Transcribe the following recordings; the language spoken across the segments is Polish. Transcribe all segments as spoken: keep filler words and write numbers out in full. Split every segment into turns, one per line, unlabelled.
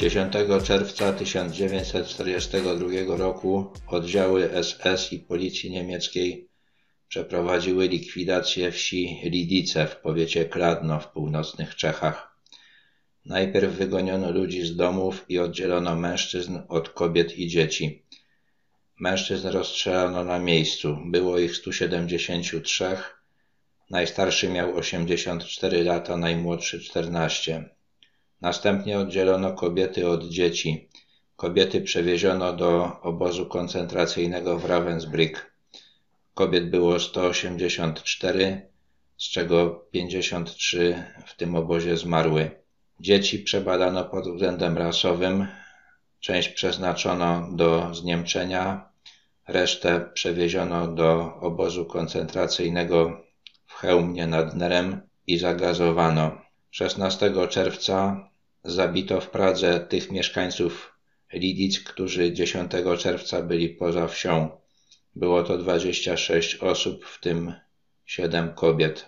dziesiątego czerwca tysiąc dziewięćset czterdziestego drugiego roku oddziały S S i policji niemieckiej przeprowadziły likwidację wsi Lidice w powiecie Kladno w północnych Czechach. Najpierw wygoniono ludzi z domów i oddzielono mężczyzn od kobiet i dzieci. Mężczyzn rozstrzelano na miejscu. Było ich stu siedemdziesięciu trzech. Najstarszy miał osiemdziesiąt cztery lata, najmłodszy czternaście. Następnie oddzielono kobiety od dzieci. Kobiety przewieziono do obozu koncentracyjnego w Ravensbrück. Kobiet było sto osiemdziesiąt cztery, z czego pięćdziesiąt trzy w tym obozie zmarły. Dzieci przebadano pod względem rasowym. Część przeznaczono do zniemczenia, resztę przewieziono do obozu koncentracyjnego w Chełmie nad Nerem i zagazowano. szesnastego czerwca zabito w Pradze tych mieszkańców Lidic, którzy dziesiątego czerwca byli poza wsią. Było to dwadzieścia sześć osób, w tym siedem kobiet.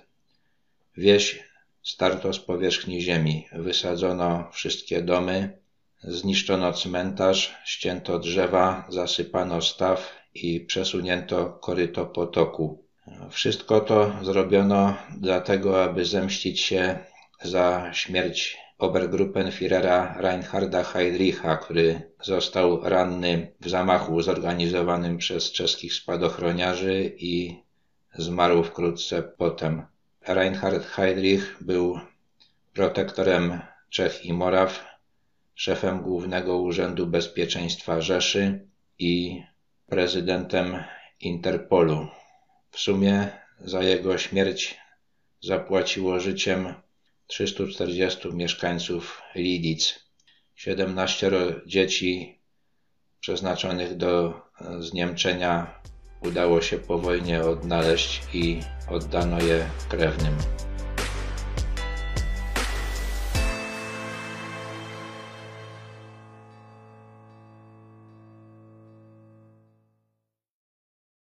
Wieś starto z powierzchni ziemi. Wysadzono wszystkie domy, zniszczono cmentarz, ścięto drzewa, zasypano staw i przesunięto koryto potoku. Wszystko to zrobiono dlatego, aby zemścić się za śmierć Obergruppenführera Reinharda Heydricha, który został ranny w zamachu zorganizowanym przez czeskich spadochroniarzy i zmarł wkrótce potem. Reinhard Heydrich był protektorem Czech i Moraw, szefem Głównego Urzędu Bezpieczeństwa Rzeszy i prezydentem Interpolu. W sumie za jego śmierć zapłaciło życiem trzystu czterdziestu mieszkańców Lidic. siedemnaścioro dzieci przeznaczonych do zniemczenia udało się po wojnie odnaleźć i oddano je krewnym.